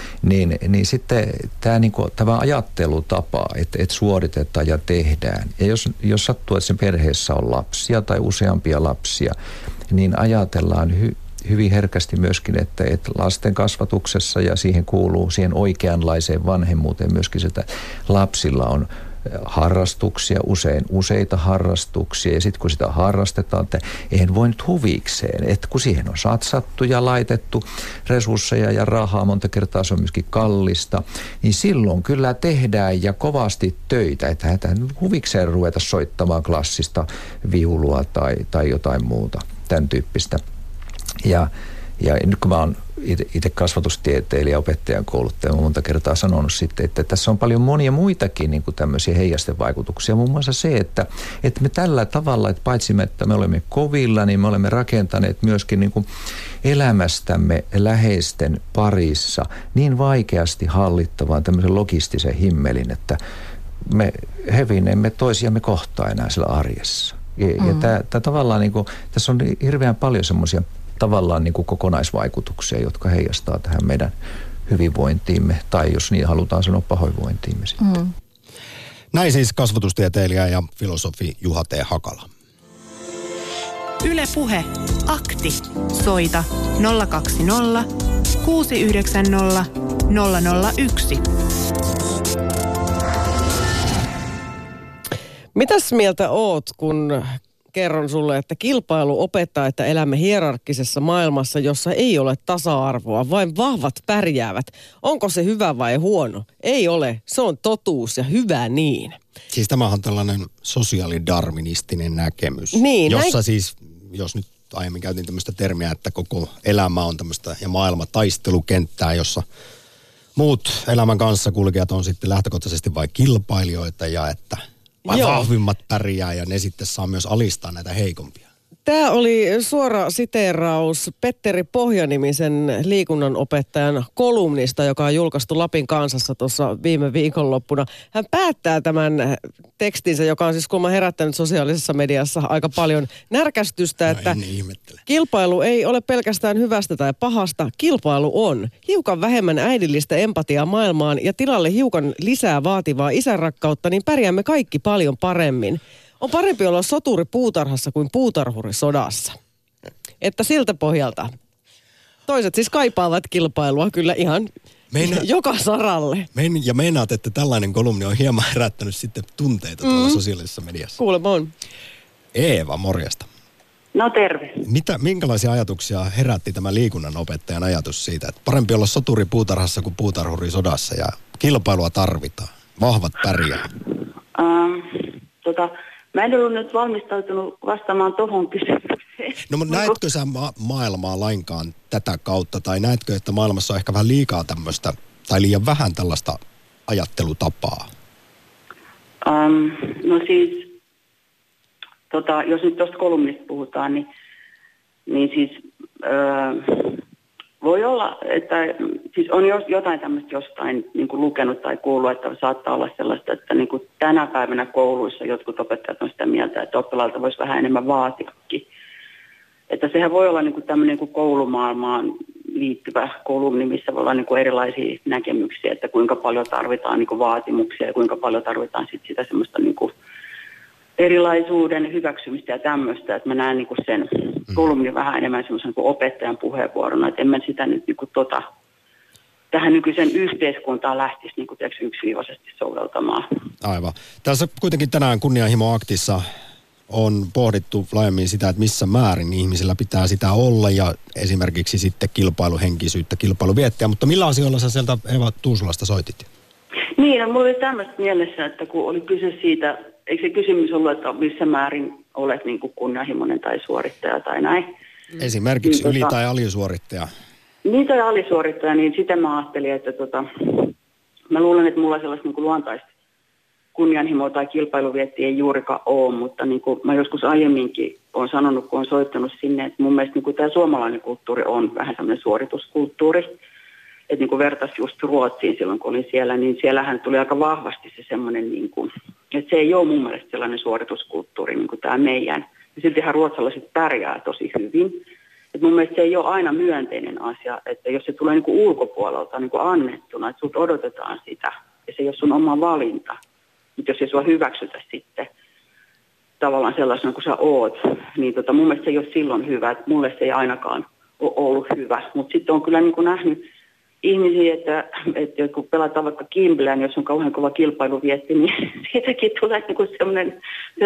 Niin sitten tämä ajattelutapa, että suoritetaan ja tehdään. Ja jos sattuu, että sen perheessä on lapsia tai useampia lapsia, niin ajatellaan hyvin herkästi myöskin, että lasten kasvatuksessa ja siihen kuuluu siihen oikeanlaiseen vanhemmuuteen myöskin se, että lapsilla on harrastuksia, useita harrastuksia ja sitten kun sitä harrastetaan, että eihän voi nyt huvikseen, että kun siihen on satsattu ja laitettu resursseja ja rahaa, monta kertaa se on myöskin kallista, niin silloin kyllä tehdään ja kovasti töitä, että hän huvikseen ruveta soittamaan klassista viulua tai jotain muuta, tämän tyyppistä. Ja nyt kun mä oon itse kasvatustieteilijä, opettajan kouluttaja, mä monta kertaa sanonut sitten, että tässä on paljon monia muitakin niin kuin tämmöisiä heijastevaikutuksia. Muun muassa se, että me tällä tavalla, että paitsi että me olemme kovilla, niin me olemme rakentaneet myöskin niin kuin elämästämme läheisten parissa niin vaikeasti hallittavaan tämmöisen logistisen himmelin, että me emme toisiamme kohtaa enää sillä arjessa. Ja tämä tavallaan, niin kuin, tässä on hirveän paljon semmoisia tavallaan niin kuin kokonaisvaikutuksia, jotka heijastaa tähän meidän hyvinvointiimme, tai jos niin halutaan sanoa pahoinvointiimme sitten. Näin siis kasvatustieteilijä ja filosofi Juha T. Hakala. Yle Puhe, akti. Soita 020 690 001. Mitäs mieltä oot, kun kerron sulle, että kilpailu opettaa, että elämme hierarkkisessa maailmassa, jossa ei ole tasa-arvoa, vain vahvat pärjäävät. Onko se hyvä vai huono? Ei ole. Se on totuus ja hyvä niin. Siis tämä on tällainen sosiaalidarwinistinen näkemys, niin, jossa siis, jos nyt aiemmin käytin tämmöistä termiä, että koko elämä on tämmöistä ja maailma taistelukenttää, jossa muut elämän kanssa kulkijat on sitten lähtökohtaisesti vain kilpailijoita ja että vahvimmat pärjää ja ne sitten saa myös alistaa näitä heikompia. Tämä oli suora siteeraus Petteri Pohjanimisen liikunnanopettajan kolumnista, joka on julkaistu Lapin Kansassa tuossa viime viikonloppuna. Hän päättää tämän tekstinsä, joka on siis kuulemma herättänyt sosiaalisessa mediassa aika paljon närkästystä, että kilpailu ei ole pelkästään hyvästä tai pahasta. Kilpailu on hiukan vähemmän äidillistä empatiaa maailmaan ja tilalle hiukan lisää vaativaa isänrakkautta, niin pärjäämme kaikki paljon paremmin. On parempi olla soturi puutarhassa kuin puutarhuri sodassa. Että siltä pohjalta. Toiset siis kaipaavat kilpailua kyllä ihan joka saralle. Meinaat, että tällainen kolumni on hieman herättänyt sitten tunteita tuolla sosiaalisessa mediassa. Kuulemma on. Eeva, morjesta. No terve. Minkälaisia ajatuksia herätti tämä liikunnanopettajan ajatus siitä, että parempi olla soturi puutarhassa kuin puutarhuri sodassa ja kilpailua tarvitaan? Vahvat pärjää. Mä en ollut nyt valmistautunut vastaamaan tohon kysymykseen. No mutta näetkö sä maailmaa lainkaan tätä kautta, tai näetkö, että maailmassa on ehkä vähän liikaa tämmöistä, tai liian vähän tällaista ajattelutapaa? No siis, jos nyt tuosta kolumnista puhutaan, niin siis voi olla, että siis on jotain tämmöistä jostain niin kuin lukenut tai kuullut, että saattaa olla sellaista, että niin kuin tänä päivänä kouluissa jotkut opettajat on sitä mieltä, että oppilaalta voisi vähän enemmän vaatiakin. Että sehän voi olla niin kuin tämmöinen niin kuin koulumaailmaan liittyvä kolumni, missä voi olla niin kuin erilaisia näkemyksiä, että kuinka paljon tarvitaan niin kuin vaatimuksia ja kuinka paljon tarvitaan sit sitä semmoista niin kuin erilaisuuden hyväksymistä ja tämmöistä, että mä näen niin kuin sen kolumnin vähän enemmän semmoisen kuin opettajan puheenvuorona, että en mä sitä nyt niin kuin tähän nykyisen yhteiskuntaan lähtisi niin kuin yksiviivaisesti soveltamaan. Aivan. Tässä kuitenkin tänään Kunnianhimo-aktissa on pohdittu laajemmin sitä, että missä määrin ihmisillä pitää sitä olla ja esimerkiksi sitten kilpailuhenkisyyttä, kilpailuviettiä, mutta millä asioilla sä sieltä Eeva Tuusulasta soitit? Niin, no, mulla oli tämmöistä mielessä, että kun oli kyse siitä, eikö se kysymys ollut, että missä määrin olet niin kuin kunnianhimoinen tai suorittaja tai näin. Esimerkiksi yli- tai alisuorittaja. Niin tai alisuorittaja, niin sitä mä ajattelin, että mä luulen, että mulla sellaista niin kuin luontaista kunnianhimoa tai kilpailuvietti ei juurikaan ole, mutta niin kuin mä joskus aiemminkin olen sanonut, kun olen soittanut sinne, että mun mielestä niin kuin tämä suomalainen kulttuuri on vähän sellainen suorituskulttuuri. Että niin kuin vertaisi just Ruotsiin silloin, kun olin siellä, niin siellähän tuli aika vahvasti se semmoinen, niin kuin, että se ei ole mun mielestä sellainen suorituskulttuuri niin kuin tämä meidän. Ja siltihän ruotsalaiset pärjää tosi hyvin. Että mun mielestä se ei ole aina myönteinen asia, että jos se tulee niin kuin ulkopuolelta niin kuin annettuna, että sulta odotetaan sitä, ja se ei ole sun oma valinta. Mutta jos ei sua hyväksytä sitten tavallaan sellaisena kuin sä oot, niin mun mielestä se ei ole silloin hyvä. Että mulle se ei ainakaan ole ollut hyvä. Mutta sitten on kyllä niin kuin nähnyt ihmisiä, että kun pelataan vaikka Kimbleä, niin jos on kauhean kova kilpailuvietti, niin siitäkin tulee niin kuin semmoinen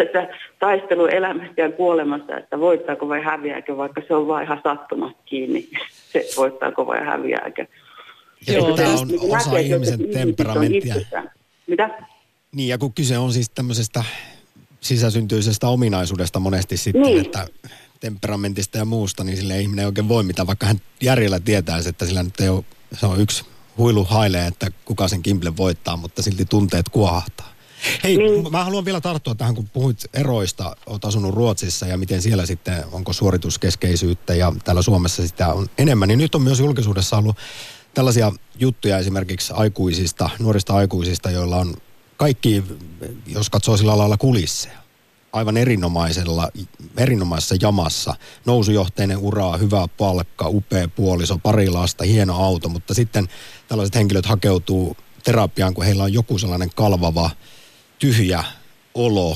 taistelu elämästä ja kuolemasta, että voittaako vai häviääkö, vaikka se on vaan ihan sattumasta kiinni, se voittaako vai häviääkö. Joo, tämä on osa ihmisen temperamenttia. Mitä? Niin, ja kun kyse on siis tämmöisestä sisäsyntyisestä ominaisuudesta monesti sitten, niin, että temperamentista ja muusta, niin sille ihminen ei oikein voi mitään, vaikka hän järjellä tietäisi, että sillä nyt ei ole, se on yksi huilu hailee, että kuka sen Kimblen voittaa, mutta silti tunteet kuohahtaa. Hei, mä haluan vielä tarttua tähän, kun puhuit eroista, oot asunut Ruotsissa ja miten siellä sitten, onko suorituskeskeisyyttä ja täällä Suomessa sitä on enemmän, niin nyt on myös julkisuudessa ollut tällaisia juttuja esimerkiksi aikuisista, nuorista aikuisista, joilla on kaikki, jos katsoo sillä lailla kulisseja, aivan erinomaisessa jamassa, nousujohteinen ura, hyvä palkka, upea puoliso, pari lasta, hieno auto, mutta sitten tällaiset henkilöt hakeutuu terapiaan, kun heillä on joku sellainen kalvava, tyhjä olo,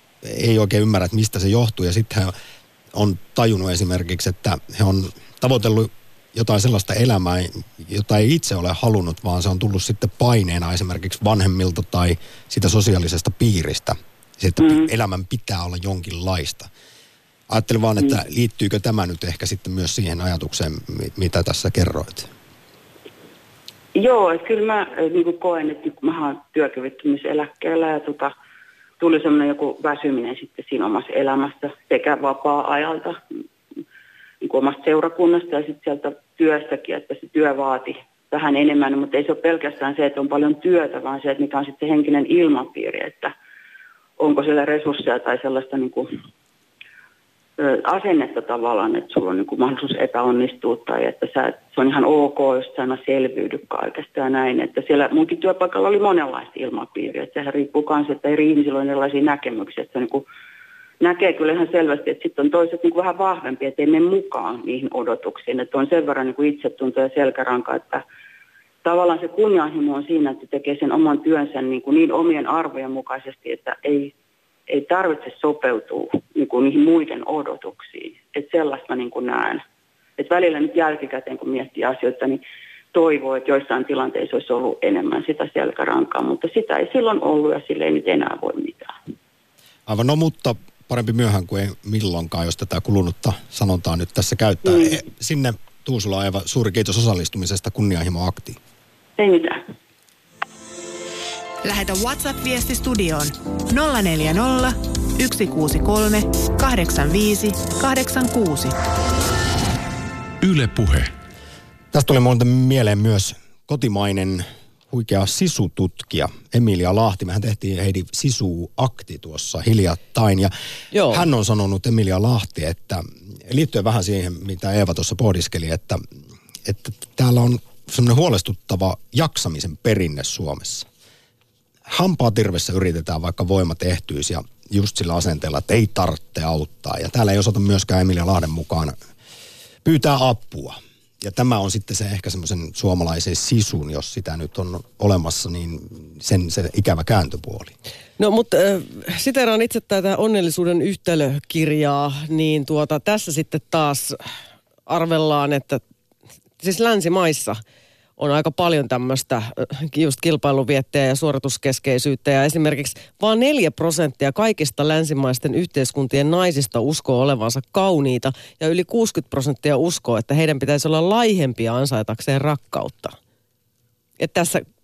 ei oikein ymmärrä, että mistä se johtuu, ja sitten he on tajunnut esimerkiksi, että he on tavoitellut jotain sellaista elämää, jota ei itse ole halunnut, vaan se on tullut sitten paineena esimerkiksi vanhemmilta tai sitä sosiaalisesta piiristä. Että elämän pitää olla jonkinlaista. Ajattelin vaan, että liittyykö tämä nyt ehkä sitten myös siihen ajatukseen, mitä tässä kerroit? Joo, että kyllä mä niin koen, että kun mä oon työkyvyttömyyseläkkeellä ja tuli semmoinen joku väsyminen sitten siinä omassa elämässä sekä vapaa-ajalta, niin omasta seurakunnasta ja sitten sieltä työstäkin, että se työ vaati vähän enemmän, mutta ei se ole pelkästään se, että on paljon työtä, vaan se, että mikä on sitten henkinen ilmapiiri, että onko siellä resursseja tai sellaista niin kuin asennetta tavallaan, että sulla on niin kuin mahdollisuus epäonnistua tai että se on ihan ok, jos sä aina selviydy kaikesta ja näin. Että siellä munkin työpaikalla oli monenlaista ilmapiiriä, että sehän riippuu myös, että eri ihmisillä on erilaisia näkemyksiä, että niin kuin näkee kyllä ihan selvästi, että sitten on toiset niin kuin vähän vahvempia, että ei mene mukaan niihin odotuksiin, että on sen verran niin kuin itsetunto ja selkäranka, että tavallaan se kunnianhimo on siinä, että tekee sen oman työnsä niin omien arvojen mukaisesti, että ei tarvitse sopeutua niin kuin niihin muiden odotuksiin. Että sellaista niin kuin näen. Että välillä nyt jälkikäteen, kun miettii asioita, niin toivoo, että joissain tilanteissa olisi ollut enemmän sitä selkärankaa, mutta sitä ei silloin ollut ja sille ei nyt enää voi mitään. Aivan, no mutta parempi myöhään kuin ei milloinkaan, jos tätä kulunutta sanontaa nyt tässä käyttää. Sinne Tuusula Eeva, suuri kiitos osallistumisesta Kunnianhimo-aktiin. Ei mitään. Lähetä WhatsApp-viesti studioon 040 163 85 86. Yle Puhe. Tästä tuli muuten mieleen myös kotimainen huikea sisututkija Emilia Lahti. Mehän tehtiin Heidi Sisu-akti tuossa hiljattain. Ja hän on sanonut, Emilia Lahti, että liittyen vähän siihen, mitä Eeva tuossa pohdiskeli, että täällä on semmoinen huolestuttava jaksamisen perinne Suomessa. Hampaatirvessä yritetään vaikka voimat ehtyisi ja just sillä asenteella, että ei tarvitse auttaa. Ja täällä ei osata myöskään Emilia Lahden mukaan pyytää apua. Ja tämä on sitten se ehkä semmoisen suomalaisen sisun, jos sitä nyt on olemassa, niin se ikävä kääntöpuoli. No mutta siteraan itse tätä onnellisuuden yhtälökirjaa, niin tässä sitten taas arvellaan, että siis länsimaissa on aika paljon tämmöistä just kilpailuviettejä ja suorituskeskeisyyttä. Ja esimerkiksi vain 4% kaikista länsimaisten yhteiskuntien naisista uskoo olevansa kauniita. Ja yli 60% uskoo, että heidän pitäisi olla laihempia ansaitakseen rakkautta. Että tässä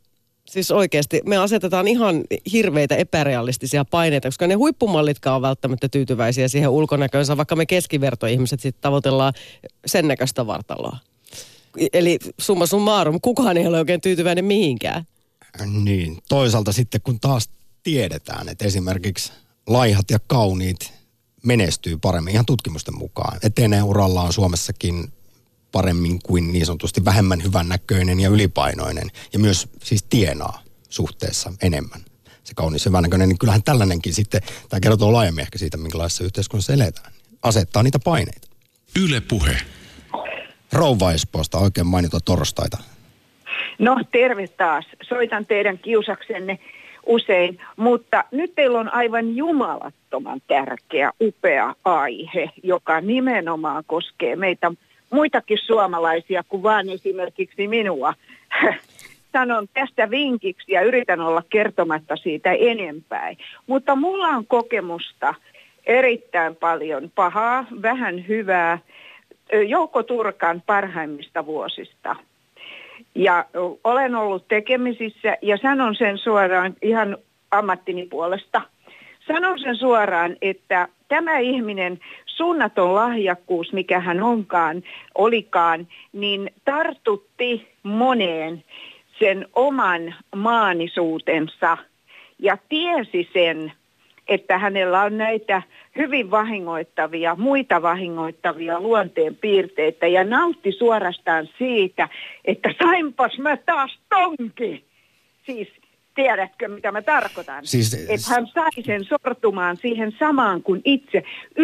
Siis oikeasti me asetetaan ihan hirveitä epärealistisia paineita, koska ne huippumallitkaan on välttämättä tyytyväisiä siihen ulkonäköönsä, vaikka me keskivertoihmiset sitten tavoitellaan sen näköistä vartaloa. Eli summa summarum, kukaan ei ole oikein tyytyväinen mihinkään. Niin, toisaalta sitten kun taas tiedetään, että esimerkiksi laihat ja kauniit menestyy paremmin ihan tutkimusten mukaan. Etenee urallaan Suomessakin paremmin kuin niin sanotusti vähemmän hyvännäköinen ja ylipainoinen. Ja myös siis tienaa suhteessa enemmän se kaunis hyvännäköinen. Niin kyllähän tällainenkin sitten, tämä kertoo laajemmin ehkä siitä, minkälaisessa yhteiskunnassa eletään. Asettaa niitä paineita. Yle Puhe. Rouva Espoosta, oikein mainita torstaita. No terve taas. Soitan teidän kiusaksenne usein, mutta nyt teillä on aivan jumalattoman tärkeä, upea aihe, joka nimenomaan koskee meitä muitakin suomalaisia kuin vaan esimerkiksi minua. Sanon tästä vinkiksi ja yritän olla kertomatta siitä enempää. Mutta mulla on kokemusta erittäin paljon pahaa, vähän hyvää Jouko Turkan parhaimmista vuosista. Ja olen ollut tekemisissä ja sanon sen suoraan ihan ammattini puolesta. Sanon sen suoraan, että tämä ihminen, suunnaton lahjakkuus, mikä hän olikaan, niin tartutti moneen sen oman maanisuutensa ja tiesi sen, että hänellä on näitä hyvin muita vahingoittavia luonteen piirteitä ja nautti suorastaan siitä, että sainpas mä taas tonki. Siis tiedätkö, mitä mä tarkoitan? Siis, että hän sai sen sortumaan siihen samaan kuin itse,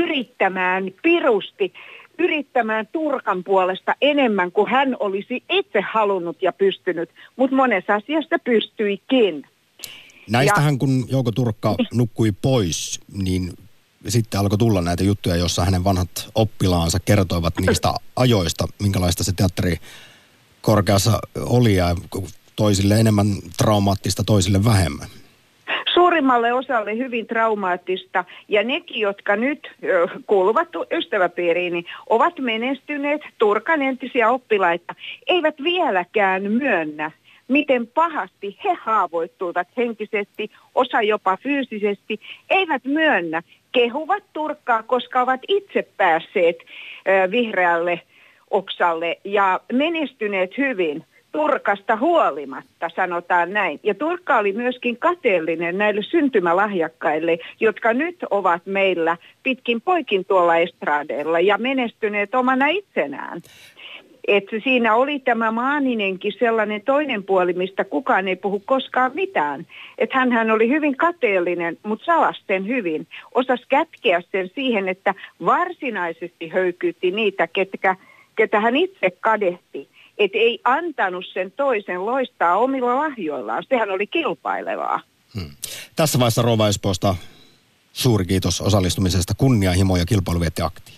yrittämään Turkan puolesta enemmän kuin hän olisi itse halunnut ja pystynyt, mutta monessa asiasta pystyikin. Näistähän kun Jouko Turkka nukkui pois, niin sitten alkoi tulla näitä juttuja, joissa hänen vanhat oppilaansa kertoivat niistä ajoista, minkälaista se teatteri korkeassa oli ja toisille enemmän traumaattista, toisille vähemmän. Suurimmalle osalle hyvin traumaattista ja nekin, jotka nyt kuuluvat ystäväpiiriin, niin ovat menestyneet Turkan entisiä oppilaita, eivät vieläkään myönnä, miten pahasti he haavoittuivat henkisesti, osa jopa fyysisesti, eivät myönnä, kehuvat Turkkaa, koska ovat itse päässeet vihreälle oksalle ja menestyneet hyvin Turkasta huolimatta, sanotaan näin. Ja Turkka oli myöskin kateellinen näille syntymälahjakkaille, jotka nyt ovat meillä pitkin poikin tuolla estradeilla ja menestyneet omana itsenään. Että siinä oli tämä Maaninenkin sellainen toinen puoli, mistä kukaan ei puhu koskaan mitään. Että hän oli hyvin kateellinen, mutta salasi sen hyvin. Osasi kätkeä sen siihen, että varsinaisesti höykyytti niitä, ketä hän itse kadehti. Että ei antanut sen toisen loistaa omilla lahjoillaan. Sehän oli kilpailevaa. Tässä vaiheessa rouva Espoosta suuri kiitos osallistumisesta, kunnianhimo ja kilpailu vietti aktiin.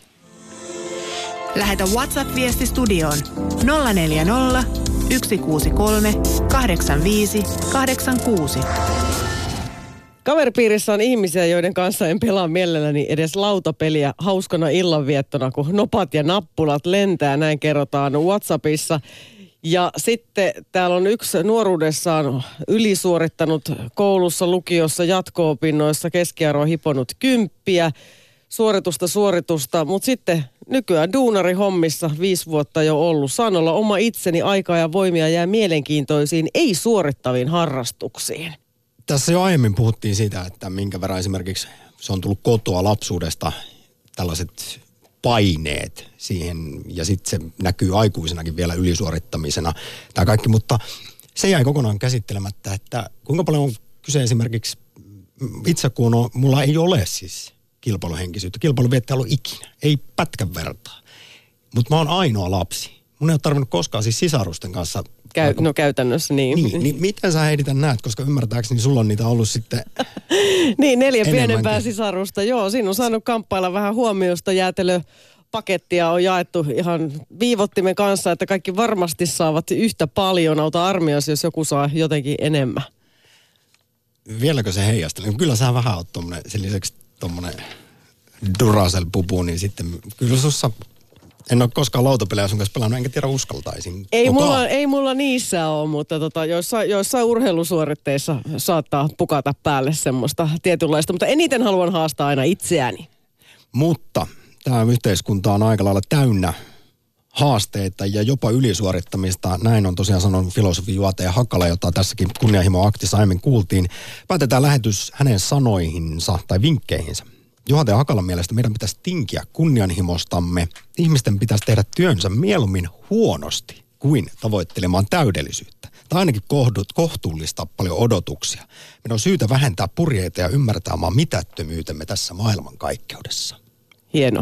Lähetä WhatsApp-viesti studioon 040 163 85 86. Kaveripiirissä on ihmisiä, joiden kanssa en pelaa mielelläni edes lautapeliä hauskana illanviettona, kun nopat ja nappulat lentää, näin kerrotaan WhatsAppissa. Ja sitten täällä on yksi nuoruudessaan ylisuorittanut koulussa, lukiossa, jatko-opinnoissa, keskiarvoa hiponut 10, suoritusta, mutta sitten nykyään duunarihommissa 5 vuotta jo ollut. Saan olla oma itseni, aikaa ja voimia jää mielenkiintoisiin, ei suorittaviin harrastuksiin. Tässä jo aiemmin puhuttiin siitä, että minkä verran esimerkiksi se on tullut kotoa lapsuudesta tällaiset paineet siihen ja sitten se näkyy aikuisenakin vielä ylisuorittamisena tämä kaikki, mutta se jäi kokonaan käsittelemättä, että kuinka paljon on kyse esimerkiksi itse kun mulla ei ole siis kilpailuhenkisyyttä, kilpailuviettä ollut ikinä, ei pätkän vertaa, mutta mä oon ainoa lapsi. Mun ei ole tarvinnut koskaan siis sisarusten kanssa. No käytännössä niin. Niin miten sä Heidi näet, koska ymmärtääkseni sulla on niitä ollut sitten niin, 4 enemmänkin. Pienempää sisarusta. Joo, siinä on saanut kamppailla vähän huomiosta. Jäätelöpakettia on jaettu ihan viivottimen kanssa, että kaikki varmasti saavat yhtä paljon. Auta armias, jos joku saa jotenkin enemmän. Vieläkö se heijastelee? Kyllä sä vähän oot sen lisäksi tommonen Duracell-pupu, niin sitten kyllä sussa En ole koskaan lautapelejä sun kanssa pelannut, enkä tiedä uskaltaisin. Ei mulla niissä ole, mutta joissain urheilusuoritteissa saattaa pukata päälle semmoista tietynlaista, mutta eniten haluan haastaa aina itseäni. Mutta tämä yhteiskunta on aika lailla täynnä haasteita ja jopa ylisuorittamista. Näin on tosiaan sanonut filosofi Juha-T. Hakala, jota tässäkin kunnianhimo-aktissa aiemmin kuultiin. Päätetään lähetys hänen sanoihinsa tai vinkkeihinsä. Juha-T. Hakalan mielestä meidän pitäisi tinkiä kunnianhimostamme. Ihmisten pitäisi tehdä työnsä mieluummin huonosti kuin tavoittelemaan täydellisyyttä. Tai ainakin kohtuullistaa paljon odotuksia. Meidän on syytä vähentää purjeita ja ymmärtää maan mitättömyytemme tässä maailmankaikkeudessa. Hieno.